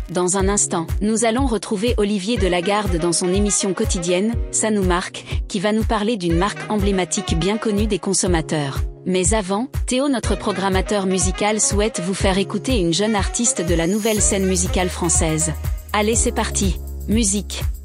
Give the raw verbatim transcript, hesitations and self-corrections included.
Dans un instant, nous allons retrouver Olivier Delagarde dans son émission quotidienne, Ça nous marque, qui va nous parler d'une marque emblématique bien connue des consommateurs. Mais avant, Théo, notre programmateur musical, souhaite vous faire écouter une jeune artiste de la nouvelle scène musicale française. Allez, c'est parti, musique!